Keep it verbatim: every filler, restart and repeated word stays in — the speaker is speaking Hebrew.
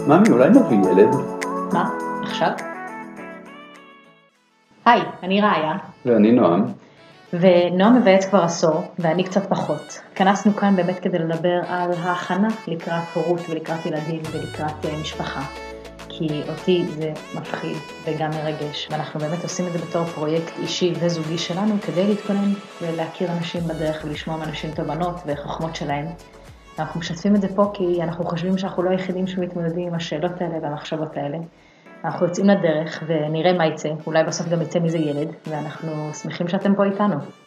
ממי, אולי נביא ילד? מה? עכשיו? היי, אני ראיה. ואני נועם. ונועם מבייץ כבר עשור, ואני קצת פחות. כנסנו כאן באמת כדי לדבר על ההכנה לקראת הורות ולקראת ילדים ולקראת משפחה. כי אותי זה מפחיד וגם מרגש, ואנחנו באמת עושים את זה בתור פרויקט אישי וזוגי שלנו, כדי להתכונן ולהכיר אנשים בדרך ולשמוע מאנשים תובנות וחוכמות שלהם. אנחנו משתפים את זה פה כי אנחנו חושבים שאנחנו לא היחידים שמתמודדים עם השאלות האלה והמחשבות האלה. אנחנו יוצאים לדרך ונראה מה יצא, אולי בסוף גם יצא מזה ילד, ואנחנו שמחים שאתם פה איתנו.